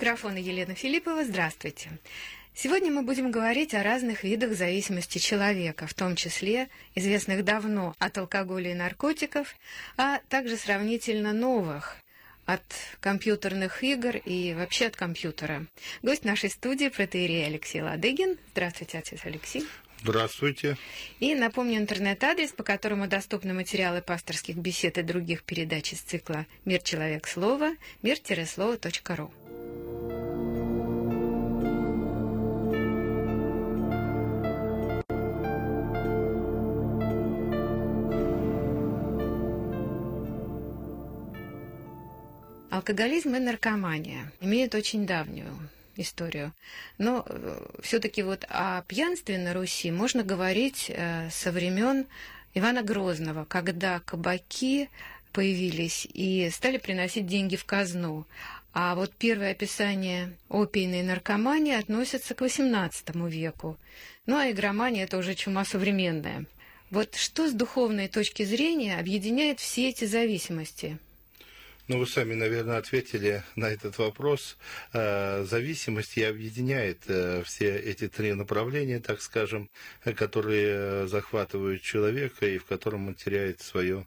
микрофона Елена Филиппова. Здравствуйте. Сегодня мы будем говорить о разных видах зависимости человека, в том числе известных давно от алкоголя и наркотиков, а также сравнительно новых от компьютерных игр и вообще от компьютера. Гость нашей студии — протоиерей Алексей Ладыгин. Здравствуйте, отец Алексей. Здравствуйте. И напомню интернет-адрес, по которому доступны материалы пасторских бесед и других передач из цикла «Мир, человек, слово» мир-слово.ру. Алкоголизм и наркомания имеют очень давнюю историю. Но все-таки вот о пьянстве на Руси можно говорить со времен Ивана Грозного, когда кабаки появились и стали приносить деньги в казну. А вот первое описание опийной наркомании относится к XVIII веку. Ну а игромания — это уже чума современная. Вот что с духовной точки зрения объединяет все эти зависимости? Ну, вы сами, наверное, ответили на этот вопрос. Зависимость и объединяет все эти три направления, так скажем, которые захватывают человека и в котором он теряет свое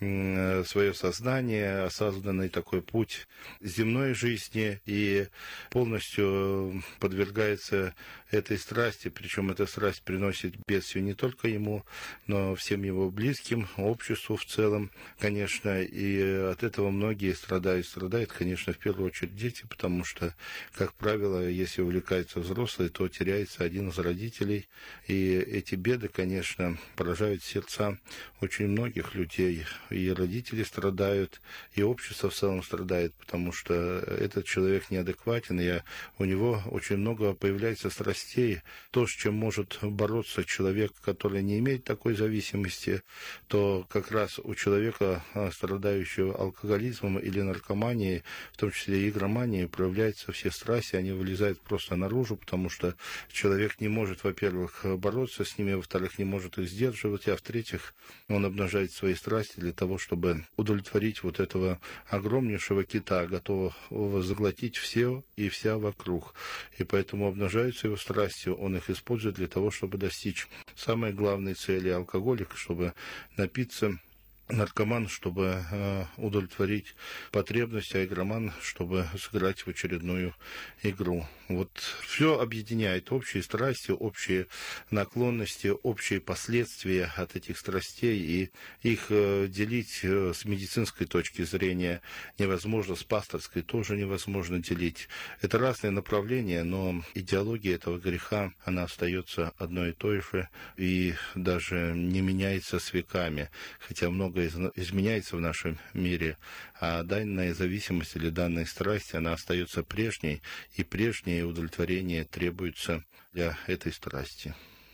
сознание, осознанный такой путь земной жизни и полностью подвергается этой страсти. Причем эта страсть приносит бедствие не только ему, но всем его близким, обществу в целом, конечно, и от этого многие страдают. Страдают, конечно, в первую очередь дети, потому что, как правило, если увлекаются взрослые, то теряется один из родителей. И эти беды, конечно, поражают сердца очень многих людей. И родители страдают, и общество в целом страдает, потому что этот человек неадекватен, и у него очень много появляется страстей. То, с чем может бороться человек, который не имеет такой зависимости, то как раз у человека, страдающего алкоголизмом или наркоманией, в том числе и игроманией, проявляются все страсти, они вылезают просто наружу, потому что человек не может, во-первых, бороться с ними, во-вторых, не может их сдерживать, а в-третьих, он обнажает свои страсти для того, чтобы удовлетворить вот этого огромнейшего кита, готового заглотить все и вся вокруг. И поэтому обнажаются его страсти, он их использует для того, чтобы достичь самой главной цели — алкоголик, чтобы напиться, наркоман, чтобы удовлетворить потребности, а игроман, чтобы сыграть в очередную игру. Вот все объединяет общие страсти, общие наклонности, общие последствия от этих страстей, и их делить с медицинской точки зрения невозможно, с пасторской тоже невозможно делить. Это разные направления, но идеология этого греха, она остается одной и той же, и даже не меняется с веками, хотя много изменяется в нашем мире, а данная зависимость или данная страсть, она остается прежней, и прежнее удовлетворение требуется для этой страсти.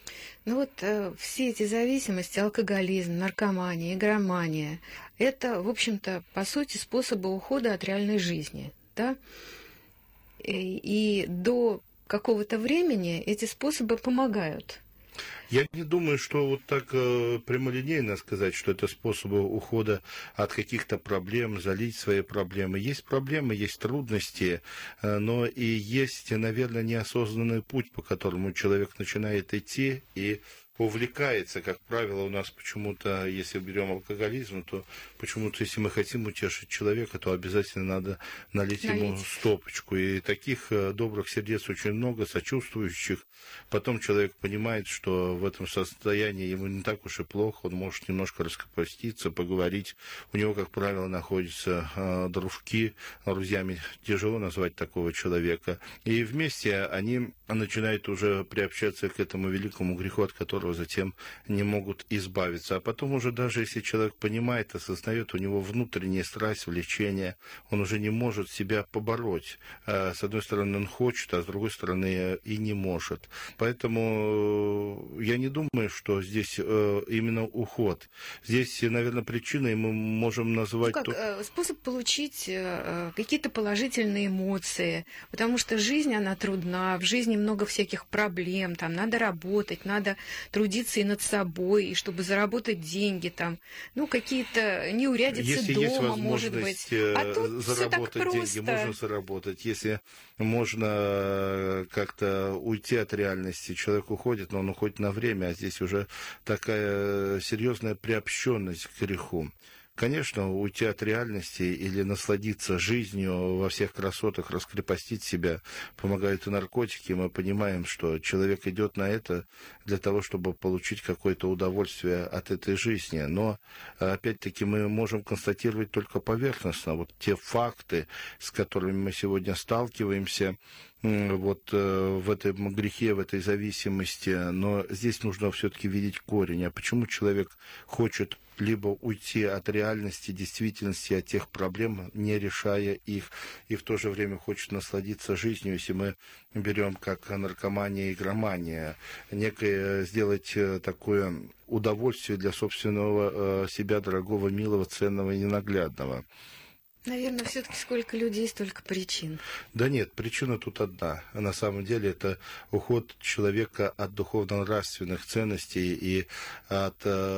Ну вот все эти зависимости, алкоголизм, наркомания, игромания, это, в общем-то, по сути, способы ухода от реальной жизни, да? И до какого-то времени эти способы помогают. Я не думаю, что вот так прямолинейно сказать, что это способы ухода от каких-то проблем, залить свои проблемы. Есть проблемы, есть трудности, но и есть, наверное, неосознанный путь, по которому человек начинает идти и увлекается. Как правило, у нас почему-то, если берем алкоголизм, то почему-то, если мы хотим утешить человека, то обязательно надо налить ему стопочку. И таких добрых сердец очень много, сочувствующих. Потом человек понимает, что в этом состоянии ему не так уж и плохо, он может немножко раскрепоститься, поговорить. У него, как правило, находятся дружки, друзьями тяжело назвать такого человека. И вместе они начинают уже приобщаться к этому великому греху, от которого затем не могут избавиться. А потом уже даже если человек понимает, осознает, у него внутренняя страсть, влечение, он уже не может себя побороть. С одной стороны, он хочет, а с другой стороны, и не может. Поэтому я не думаю, что здесь именно уход. Здесь, наверное, причиной мы можем назвать... способ получить какие-то положительные эмоции, потому что жизнь, она трудна, в жизни много всяких проблем, там надо работать, надо трудиться и над собой, и чтобы заработать деньги, там, ну, какие-то неурядицы если дома, есть может возможность быть. А тут всё так заработать деньги, просто. можно заработать. Если можно как-то уйти от реальности, человек уходит, но он уходит на время, а здесь уже такая серьезная приобщенность к греху. Конечно, уйти от реальности или насладиться жизнью во всех красотах, раскрепостить себя, помогают и наркотики. Мы понимаем, что человек идет на это для того, чтобы получить какое-то удовольствие от этой жизни. Но, опять-таки, мы можем констатировать только поверхностно. Вот те факты, с которыми мы сегодня сталкиваемся, вот в этом грехе, в этой зависимости, но здесь нужно все-таки видеть корень. А почему человек хочет либо уйти от реальности, действительности, от тех проблем, не решая их, и в то же время хочет насладиться жизнью, если мы берем как наркомания и игромания, некое сделать такое удовольствие для собственного себя, дорогого, милого, ценного и ненаглядного. Наверное, все-таки сколько людей, столько причин. Да нет, причина тут одна. На самом деле это уход человека от духовно-нравственных ценностей и от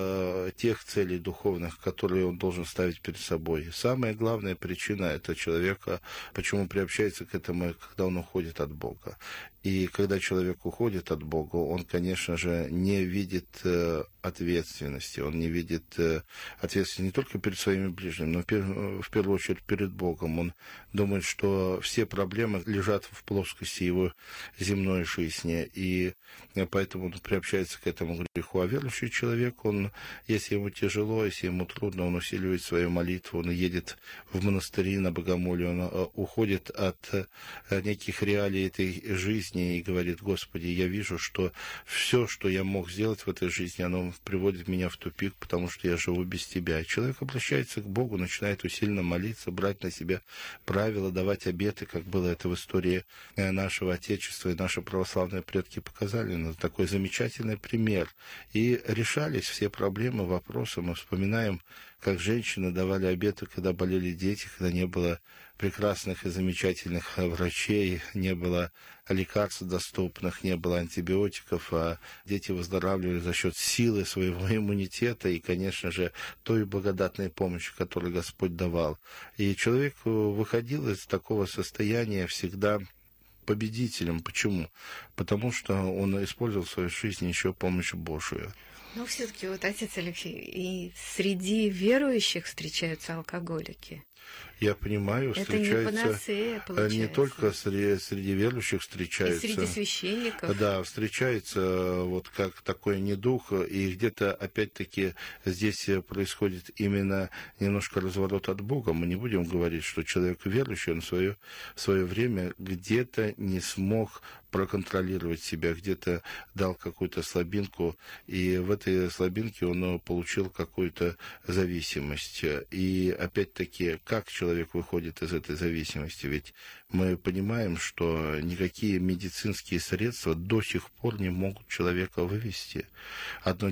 тех целей духовных, которые он должен ставить перед собой. Самая главная причина это человека, почему приобщается к этому, когда он уходит от Бога. И когда человек уходит от Бога, он, конечно же, не видит ответственности, он не видит ответственности не только перед своими ближними, но в первую очередь перед Богом. Он думает, что все проблемы лежат в плоскости его земной жизни, и поэтому он приобщается к этому греху. А верующий человек, он, если ему тяжело, если ему трудно, он усиливает свою молитву, он едет в монастыри на богомолие, он уходит от неких реалий этой жизни, и говорит: Господи, я вижу, что все, что я мог сделать в этой жизни, оно приводит меня в тупик, потому что я живу без Тебя. И человек обращается к Богу, начинает усиленно молиться, брать на себя правила, давать обеты, как было это в истории нашего Отечества, и наши православные предки показали. Ну, такой замечательный пример. И решались все проблемы, вопросы. Мы вспоминаем, как женщины давали обеты, когда болели дети, когда не было прекрасных и замечательных врачей, не было лекарств доступных, не было антибиотиков, а дети выздоравливали за счет силы своего иммунитета и, конечно же, той благодатной помощи, которую Господь давал. И человек выходил из такого состояния всегда победителем. Почему? Потому что он использовал в своей жизни еще помощь Божию. Но все-таки вот, отец Алексей, и среди верующих встречаются алкоголики. Я понимаю, это встречаются не панацея, получается. Не только среди верующих встречаются. И среди священников. Да, встречается вот как такой недуг, и где-то опять-таки здесь происходит именно немножко разворот от Бога. Мы не будем говорить, что человек верующий, он в свое время где-то не смог проконтролировать себя, где-то дал какую-то слабинку, и в этой слабинке он получил какую-то зависимость. И опять-таки, как человек выходит из этой зависимости? Ведь мы понимаем, что никакие медицинские средства до сих пор не могут человека вывести. Одно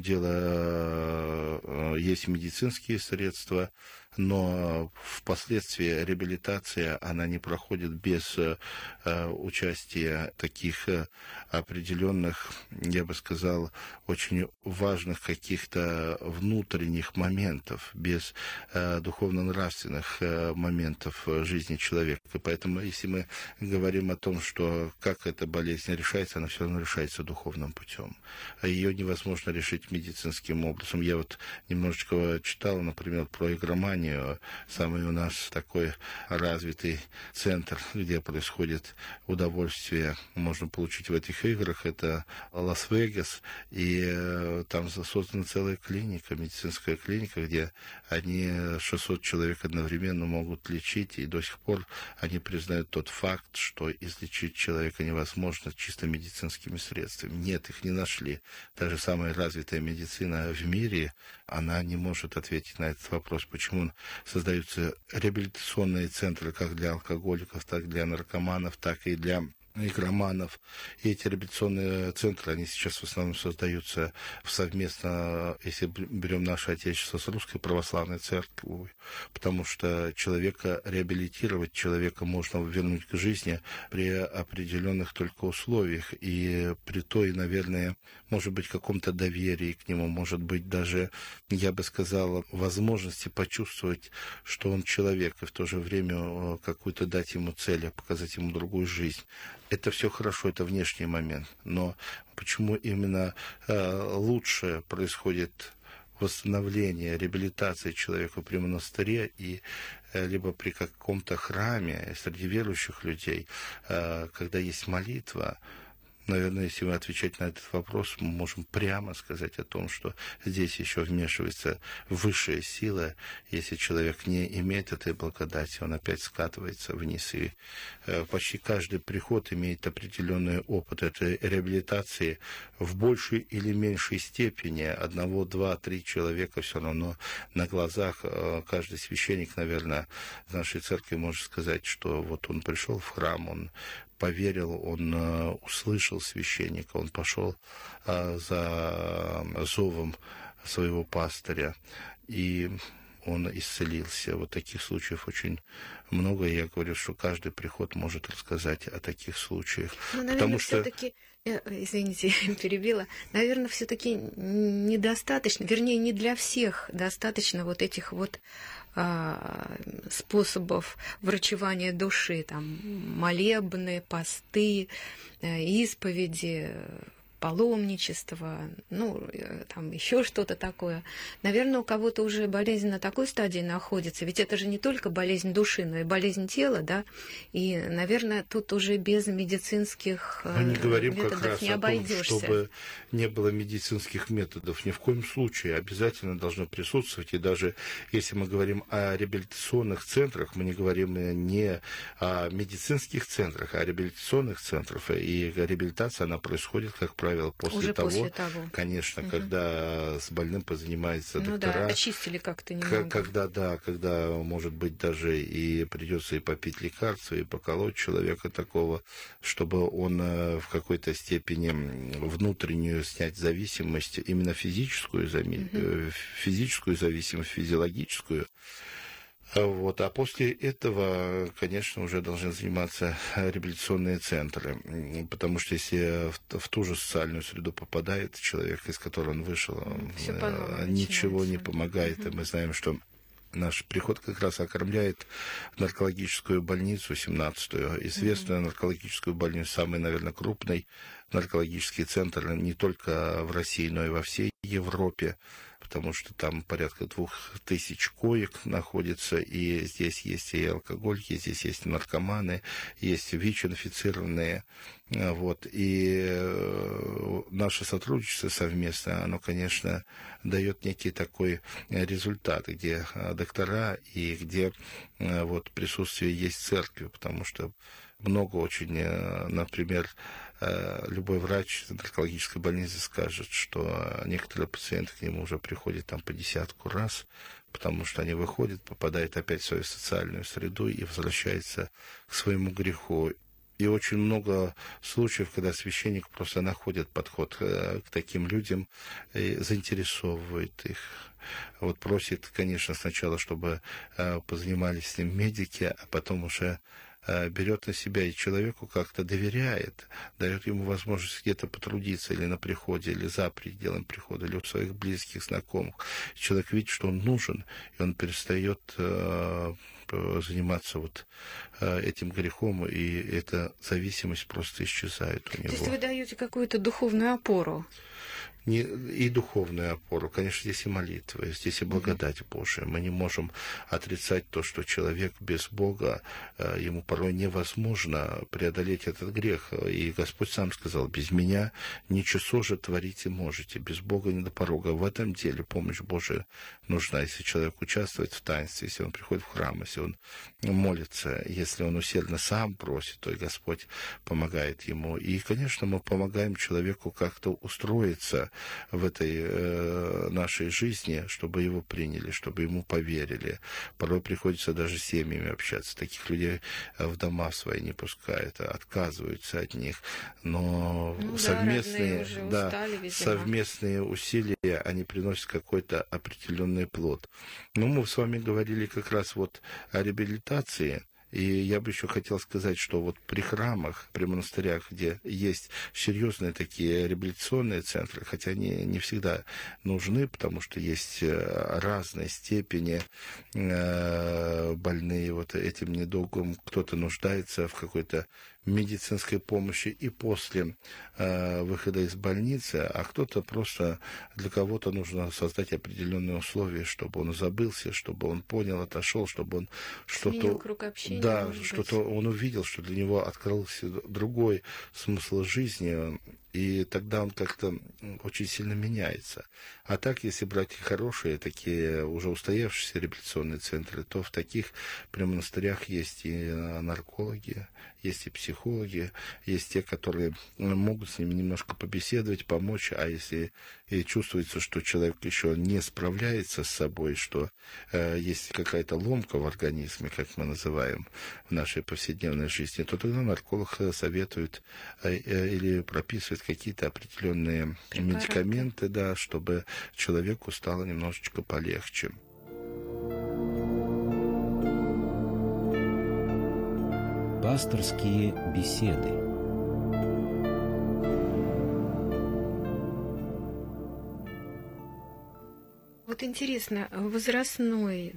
дело, есть медицинские средства, но впоследствии реабилитация, она не проходит без участия таких определенных, я бы сказал, очень важных каких-то внутренних моментов, без духовно-нравственных моментов жизни человека. И поэтому, если мы говорим о том, что как эта болезнь решается, она все равно решается духовным путем. Ее невозможно решить медицинским образом. Я вот немножечко читал, например, про игроманию. Самый у нас такой развитый центр, где происходит удовольствие, можно получить в этих играх, это Лас-Вегас, и там создана целая клиника, медицинская клиника, где они 600 человек одновременно могут лечить, и до сих пор они признают тот факт, что излечить человека невозможно чисто медицинскими средствами. Нет, их не нашли. Даже самая развитая медицина в мире, она не может ответить на этот вопрос, почему создаются реабилитационные центры как для алкоголиков, так и для наркоманов, так и для игроманов. И эти реабилитационные центры, они сейчас в основном создаются совместно, если берем наше Отечество, с Русской Православной Церковью, потому что человека реабилитировать, человека можно вернуть к жизни при определенных только условиях, и при той, наверное, может быть, каком-то доверии к нему, может быть, даже, я бы сказал, возможности почувствовать, что он человек, и в то же время какую-то дать ему цель, показать ему другую жизнь. Это все хорошо, это внешний момент. Но почему именно лучше происходит восстановление, реабилитация человека при монастыре и либо при каком-то храме среди верующих людей, когда есть молитва? Наверное, если отвечать на этот вопрос, мы можем прямо сказать о том, что здесь еще вмешивается высшая сила. Если человек не имеет этой благодати, он опять скатывается вниз. И почти каждый приход имеет определенный опыт этой реабилитации в большей или меньшей степени. 1, 2, 3 человека все равно на глазах. Каждый священник, наверное, в нашей церкви может сказать, что вот он пришел в храм, он поверил, он услышал священника, он пошел за зовом своего пастыря, и он исцелился. Вот таких случаев очень много, и я говорю, что каждый приход может рассказать о таких случаях. Ну, наверное, потому что... все-таки, извините, перебила, наверное, все-таки недостаточно, вернее, не для всех достаточно вот этих вот способов врачевания души, там, молебны, посты, исповеди, паломничество, ну, там еще что-то такое. Наверное, у кого-то уже болезнь на такой стадии находится, ведь это же не только болезнь души, но и болезнь тела, да, и, наверное, тут уже без медицинских методов не обойдешься. Чтобы не было медицинских методов, ни в коем случае обязательно должно присутствовать, и даже если мы говорим о реабилитационных центрах, мы не говорим не о медицинских центрах, а о реабилитационных центрах, и реабилитация, она происходит, как правило, после того, конечно, когда с больным позанимается доктора. Да, очистили как-то немного. Когда, может быть, даже и придется и попить лекарства, и поколоть человека такого, чтобы он в какой-то степени внутреннюю снять зависимость, именно физическую зависимость, физиологическую. Вот. А после этого, конечно, уже должны заниматься реабилитационные центры, потому что если в ту же социальную среду попадает человек, из которой он вышел, ничего не помогает, и мы знаем, что наш приход как раз окормляет наркологическую больницу 17-ю, известную наркологическую больницу, самый, наверное, крупный наркологический центр не только в России, но и во всей Европе, потому что там порядка 2000 коек находится, и здесь есть и алкоголики, здесь есть и наркоманы, есть ВИЧ-инфицированные. Вот. И наше сотрудничество совместное, оно, конечно, дает некий такой результат, где доктора и где вот присутствие есть церкви, потому что много очень, например, любой врач наркологической больницы скажет, что некоторые пациенты к нему уже приходят там по 10 раз, потому что они выходят, попадают опять в свою социальную среду и возвращаются к своему греху. И очень много случаев, когда священник просто находит подход к таким людям и заинтересовывает их. Вот просит, конечно, сначала, чтобы позанимались с ним медики, а потом уже берет на себя и человеку как-то доверяет, дает ему возможность где-то потрудиться или на приходе, или за пределом прихода, или у своих близких, знакомых. Человек видит, что он нужен, и он перестает заниматься вот этим грехом, и эта зависимость просто исчезает у него. То есть вы даете какую-то духовную опору? И духовную опору, конечно, здесь и молитва, здесь и благодать Божия. Мы не можем отрицать то, что человек без Бога, ему порой невозможно преодолеть этот грех. И Господь сам сказал: без меня ничего же творить и можете, без Бога не до порога. В этом деле помощь Божия нужна. Если человек участвует в таинстве, если он приходит в храм, если он молится, если он усердно сам просит, то и Господь помогает ему. И, конечно, мы помогаем человеку как-то устроиться в этой нашей жизни, чтобы его приняли, чтобы ему поверили. Порой приходится даже с семьями общаться. Таких людей в дома свои не пускают, отказываются от них. Но совместные усилия, они приносят какой-то определенный плод. Но мы с вами говорили как раз вот о реабилитации. И я бы еще хотел сказать, что вот при храмах, при монастырях, где есть серьезные такие реабилитационные центры, хотя они не всегда нужны, потому что есть разные степени больные вот этим недугом, кто-то нуждается в какой-то медицинской помощи и после выхода из больницы, а кто-то просто, для кого-то нужно создать определенные условия, чтобы он забылся, чтобы он понял, отошел, чтобы он сменил круг общения. Да, что-то он увидел, что для него открылся другой смысл жизни, и тогда он как-то очень сильно меняется. А так, если брать хорошие, такие уже устоявшиеся реабилитационные центры, то в таких при монастырях есть и наркологи, есть и психологи, есть те, которые могут с ними немножко побеседовать, помочь, а если и чувствуется, что человек еще не справляется с собой, что есть какая-то ломка в организме, как мы называем в нашей повседневной жизни, то тогда нарколог советует или прописывает какие-то определенные медикаменты, да, чтобы человеку стало немножечко полегче. Пасторские беседы. Вот интересно, возрастной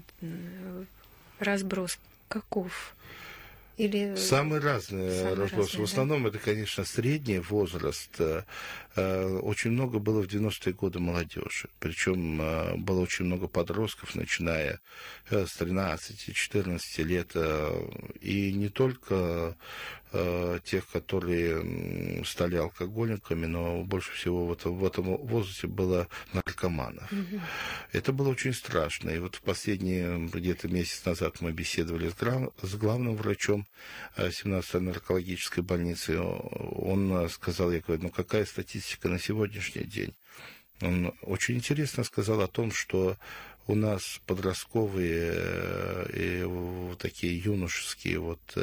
разброс каков? Или... Самый разный разброс. В основном это, конечно, средний возраст. Очень много было в 90-е годы молодежи. Причем было очень много подростков, начиная с 13-14 лет. И не только тех, которые стали алкоголиками, но больше всего вот в этом возрасте было наркоманов. Mm-hmm. Это было очень страшно. И вот в последний где-то месяц назад мы беседовали с главным врачом 17-й наркологической больницы. Он сказал, я говорю, какая статистика на сегодняшний день? Он очень интересно сказал о том, что у нас подростковые и такие юношеские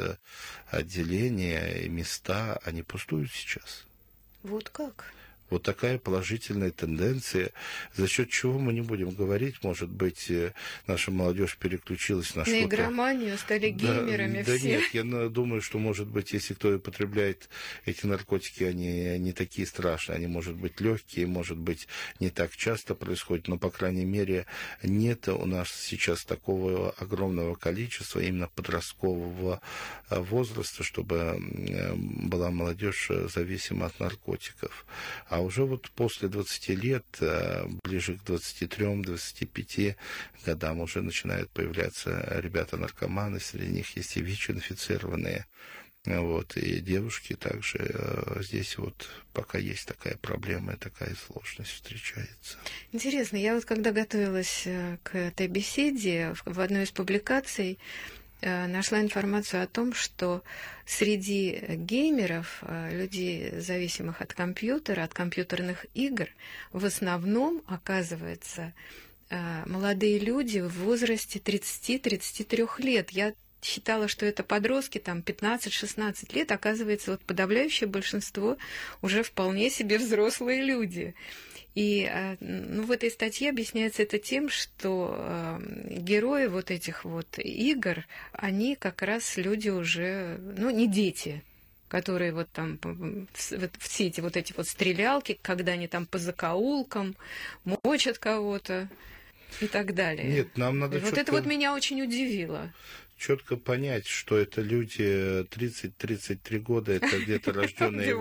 отделения и места, они пустуют сейчас. Вот как? Вот такая положительная тенденция, за счет чего мы не будем говорить, может быть, наша молодежь переключилась на что-то... На игроманию, стали геймерами да, все. Да нет, я думаю, что, может быть, если кто употребляет эти наркотики, они не такие страшные, они, может быть, легкие, может быть, не так часто происходят, но, по крайней мере, нет у нас сейчас такого огромного количества именно подросткового возраста, чтобы была молодежь зависима от наркотиков. А уже вот после 20 лет, ближе к 23-25 годам уже начинают появляться ребята-наркоманы, среди них есть и ВИЧ-инфицированные. И девушки также здесь пока есть такая проблема и такая сложность встречается. Интересно, я когда готовилась к этой беседе, в одной из публикаций нашла информацию о том, что среди геймеров, людей, зависимых от компьютера, от компьютерных игр, в основном, оказывается, молодые люди в возрасте 30-33 лет. Я считала, что это подростки, 15-16 лет, оказывается, подавляющее большинство уже вполне себе взрослые люди. И в этой статье объясняется это тем, что герои этих игр, они как раз люди уже, не дети, которые все эти стрелялки, когда они по закоулкам мочат кого-то и так далее. Нет, нам надо это меня очень удивило. Четко понять, что это люди 30-33 года, это где-то рожденные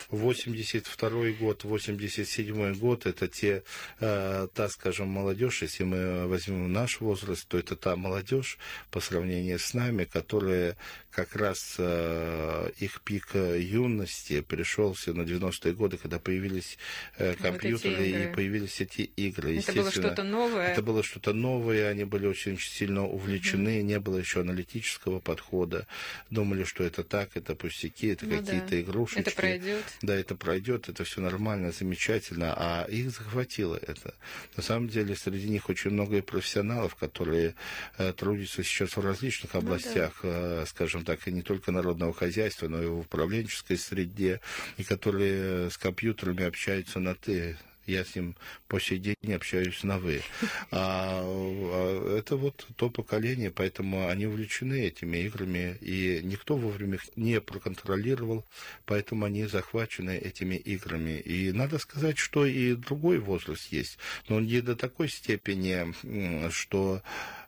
82-й год, 87-й год, это та, скажем, молодежь, если мы возьмем наш возраст, то это та молодежь по сравнению с нами, которая как раз их пик юности пришелся на 90-е годы, когда появились компьютеры и появились эти игры. Это было что-то новое. Это было что-то новое, они были очень сильно увлечены, не было еще аналитического подхода, думали, что это так, это пустяки, это какие-то игрушечки. Это пройдет. Да, это пройдет, это все нормально, замечательно, а их захватило это. На самом деле, среди них очень много и профессионалов, которые трудятся сейчас в различных областях, скажем так, и не только народного хозяйства, но и в управленческой среде, и которые с компьютерами общаются на «ты». Я с ним по сей день общаюсь на «вы». Это вот то поколение, поэтому они увлечены этими играми, и никто вовремя их не проконтролировал, поэтому они захвачены этими играми. И надо сказать, что и другой возраст есть, но он не до такой степени, что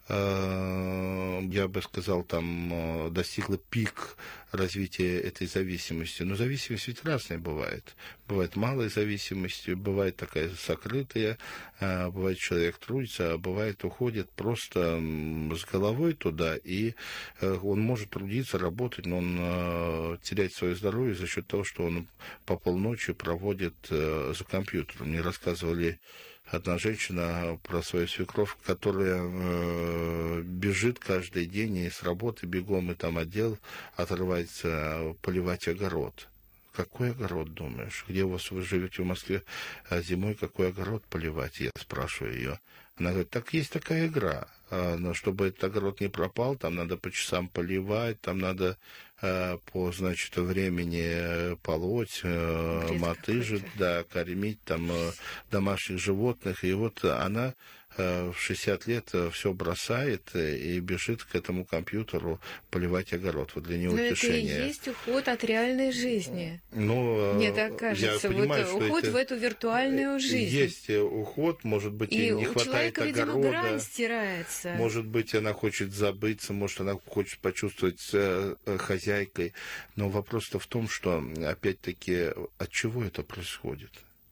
я бы сказал, там достигла пик развития этой зависимости. Но зависимость ведь разная бывает. Бывает малая зависимость, бывает такая сокрытая, бывает человек трудится, а бывает уходит просто с головой туда, и он может трудиться, работать, но он теряет свое здоровье за счет того, что он по полночи проводит за компьютером. Мне рассказывали одна женщина про свою свекровь, которая бежит каждый день и с работы бегом, и там отдел отрывается поливать огород. Какой огород, думаешь? Где у вас, вы живете в Москве, а зимой какой огород поливать? Я спрашиваю ее. Она говорит, так есть такая игра, но чтобы этот огород не пропал, там надо по часам поливать, там надо по, значит, времени полоть, мотыжить, да, кормить там домашних животных. И вот она в 60 лет все бросает и бежит к этому компьютеру поливать огород. Вот для нее утешение. Это и есть уход от реальной жизни. Ну, мне так кажется. Я понимаю, вот уход в эту виртуальную жизнь. Есть уход, может быть, ей не хватает огорода. Видимо, грань стирается. Может быть, она хочет забыться, может, она хочет почувствовать хозяйкой. Но вопрос-то в том, что, опять-таки, от чего это происходит?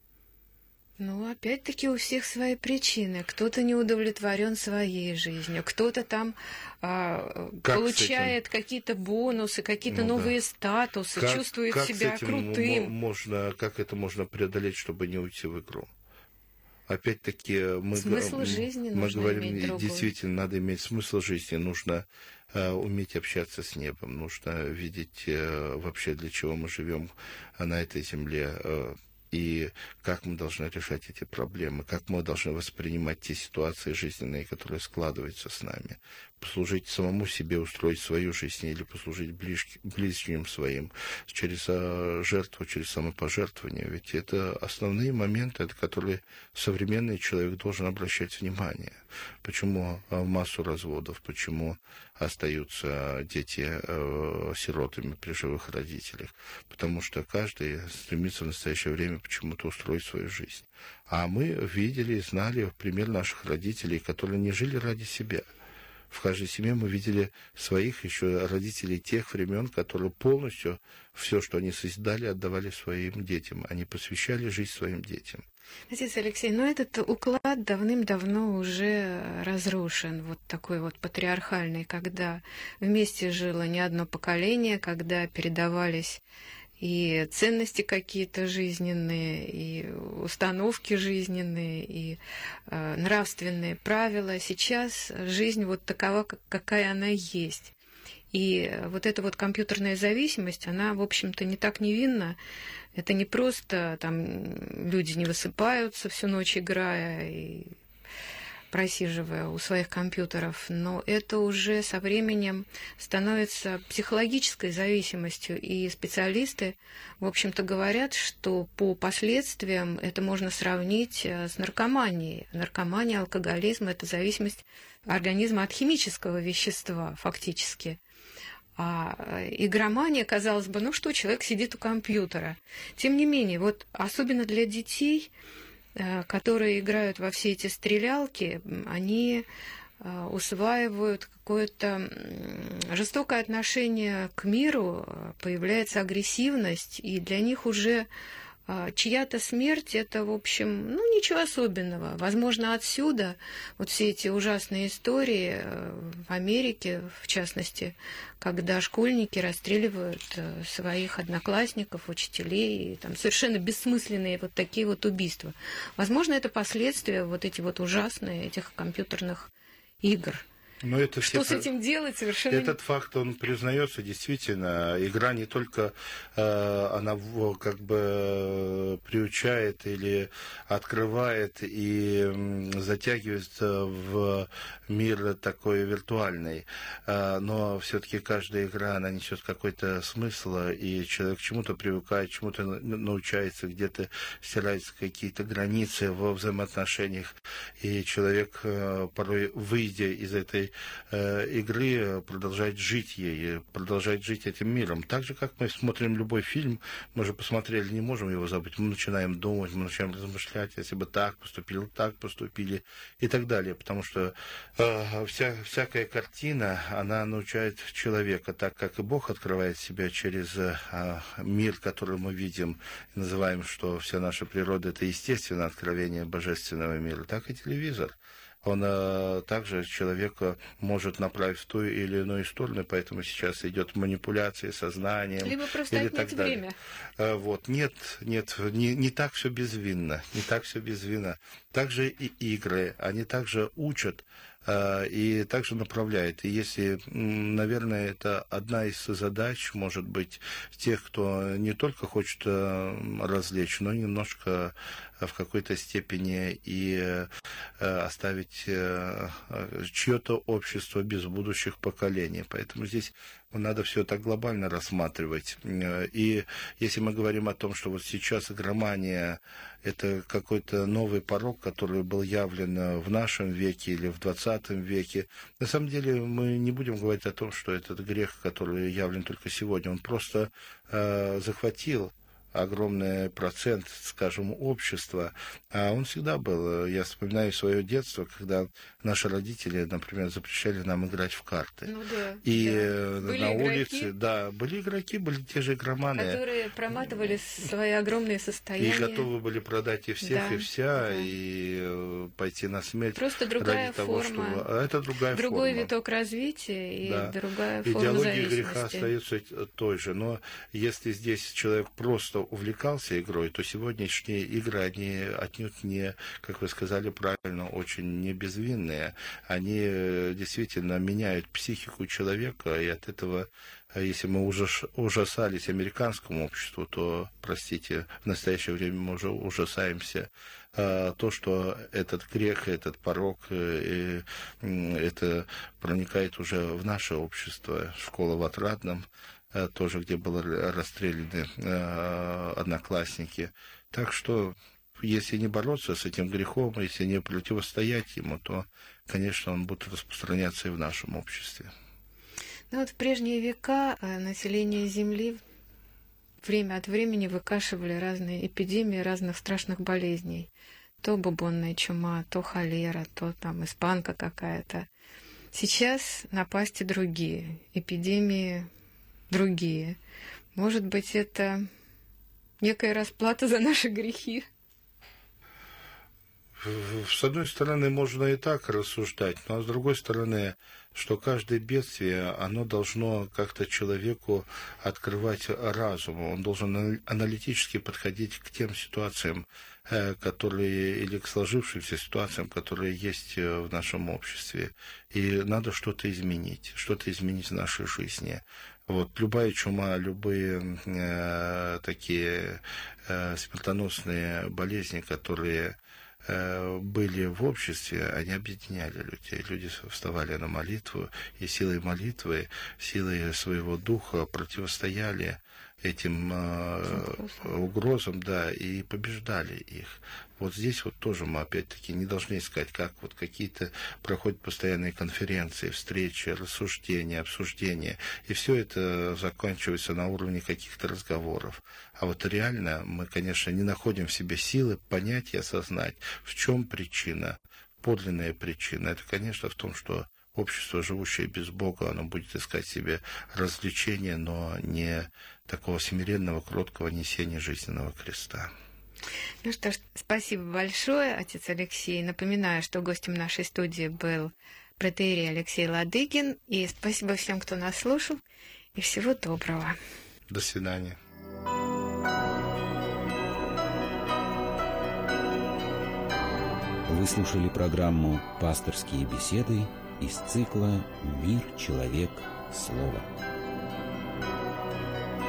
Ну, опять-таки, у всех свои причины. Кто-то не удовлетворен своей жизнью, кто-то там получает какие-то бонусы, какие-то новые статусы, чувствует себя крутым. Как это можно преодолеть, чтобы не уйти в игру? Опять-таки, мы говорим, действительно, надо иметь смысл жизни, нужно уметь общаться с небом, нужно видеть вообще, для чего мы живем на этой земле, и как мы должны решать эти проблемы, как мы должны воспринимать те ситуации жизненные, которые складываются с нами. Послужить самому себе, устроить свою жизнь или послужить ближним своим через жертву, через самопожертвование. Ведь это основные моменты, на которые современный человек должен обращать внимание. Почему массу разводов, почему остаются дети сиротами при живых родителях? Потому что каждый стремится в настоящее время почему-то устроить свою жизнь. А мы видели, знали пример наших родителей, которые не жили ради себя. В каждой семье мы видели своих еще родителей тех времен, которые полностью все, что они созидали, отдавали своим детям. Они посвящали жизнь своим детям. Отец Алексей, но этот уклад давным-давно уже разрушен, вот такой вот патриархальный, когда вместе жило не одно поколение, когда передавались и ценности какие-то жизненные, и установки жизненные, и нравственные правила. Сейчас жизнь вот такова, какая она есть. И вот эта вот компьютерная зависимость, она, в общем-то, не так невинна. Это не просто там люди не высыпаются всю ночь, играя и просиживая у своих компьютеров, но это уже со временем становится психологической зависимостью, и специалисты, в общем-то, говорят, что по последствиям это можно сравнить с наркоманией. Наркомания, алкоголизм – это зависимость организма от химического вещества, фактически. А игромания, казалось бы, ну что, человек сидит у компьютера. Тем не менее, вот особенно для детей, которые играют во все эти стрелялки, они усваивают какое-то жестокое отношение к миру, появляется агрессивность, и для них уже чья-то смерть – это, в общем, ну, ничего особенного. Возможно, отсюда вот все эти ужасные истории в Америке, в частности, когда школьники расстреливают своих одноклассников, учителей, там совершенно бессмысленные вот такие вот убийства. Возможно, это последствия вот эти вот ужасные этих компьютерных игр. Но это что с этим делать, совершенно... Этот факт, он признается, действительно. Игра не только, она как бы приучает или открывает и затягивает в мир такой виртуальный, но все-таки каждая игра, она несет какой-то смысл, и человек к чему-то привыкает, чему-то научается, где-то стираются какие-то границы во взаимоотношениях, и человек, порой выйдя из этой игры, продолжать жить ей, продолжать жить этим миром. Так же, как мы смотрим любой фильм, мы же посмотрели, не можем его забыть, мы начинаем думать, мы начинаем размышлять, если бы так поступили и так далее, потому что всякая картина, она научает человека, так как и Бог открывает себя через мир, который мы видим, и называем, что вся наша природа — это естественное откровение божественного мира, так и телевизор. Он также человека может направить в ту или иную сторону, поэтому сейчас идет манипуляция сознанием. Либо просто или отнять так далее. время. Вот. Нет, не так все безвинно, не так все безвинно. Также и игры, они также учат и также направляет. И если, наверное, это одна из задач, может быть, тех, кто не только хочет развлечь, но немножко в какой-то степени и оставить чье-то общество без будущих поколений. Поэтому здесь надо все так глобально рассматривать. И если мы говорим о том, что вот сейчас игромания — это какой-то новый порок, который был явлен в нашем веке или в 20 веке, на самом деле мы не будем говорить о том, что этот грех, который явлен только сегодня, он просто захватил огромный процент, скажем, общества, а он всегда был. Я вспоминаю свое детство, когда наши родители, например, запрещали нам играть в карты. Ну да. И да. на улице, да, были игроки, были те же игроманы. Которые проматывали свои огромные состояния. И готовы были продать и всех, да, и вся, да. и пойти на смерть. Просто другая ради того, форма. Чтобы... Это другая Другой форма. виток развития и да. другая форма Идеология зависимости. греха остается той же. Но если здесь человек просто увлекался игрой, то сегодняшние игры, они отнюдь не, как вы сказали правильно, очень не безвинные. Они действительно меняют психику человека, и от этого, если мы уже ужасались американскому обществу, то, простите, в настоящее время мы уже ужасаемся то, что этот грех, этот порок, это проникает уже в наше общество. Школа в Отрадном, тоже, где были расстреляны одноклассники. Так что, если не бороться с этим грехом, если не противостоять ему, то, конечно, он будет распространяться и в нашем обществе. Ну вот в прежние века население Земли время от времени выкашивали разные эпидемии разных страшных болезней. То бубонная чума, то холера, то там испанка какая-то. Сейчас напасти другие, эпидемии другие. Может быть, это некая расплата за наши грехи? С одной стороны, можно и так рассуждать, но с другой стороны, что каждое бедствие, оно должно как-то человеку открывать разум. Он должен аналитически подходить к тем ситуациям, которые, или к сложившимся ситуациям, которые есть в нашем обществе. И надо что-то изменить в нашей жизни. Вот, любая чума, любые такие смертоносные болезни, которые были в обществе, они объединяли людей. Люди вставали на молитву, и силой молитвы, силой своего духа противостояли этим угрозам, да, и побеждали их. Вот здесь вот тоже мы опять-таки не должны искать, как вот какие-то проходят постоянные конференции, встречи, рассуждения, обсуждения, и все это заканчивается на уровне каких-то разговоров. А вот реально мы, конечно, не находим в себе силы понять и осознать, в чем причина, подлинная причина. Это, конечно, в том, что общество, живущее без Бога, оно будет искать себе развлечения, но не такого смиренного, кроткого несения жизненного креста. Ну что ж, спасибо большое, отец Алексей. Напоминаю, что гостем нашей студии был протоиерей Алексей Ладыгин. И спасибо всем, кто нас слушал. И всего доброго. До свидания. Вы слушали программу «Пасторские беседы» из цикла «Мир, человек, слово».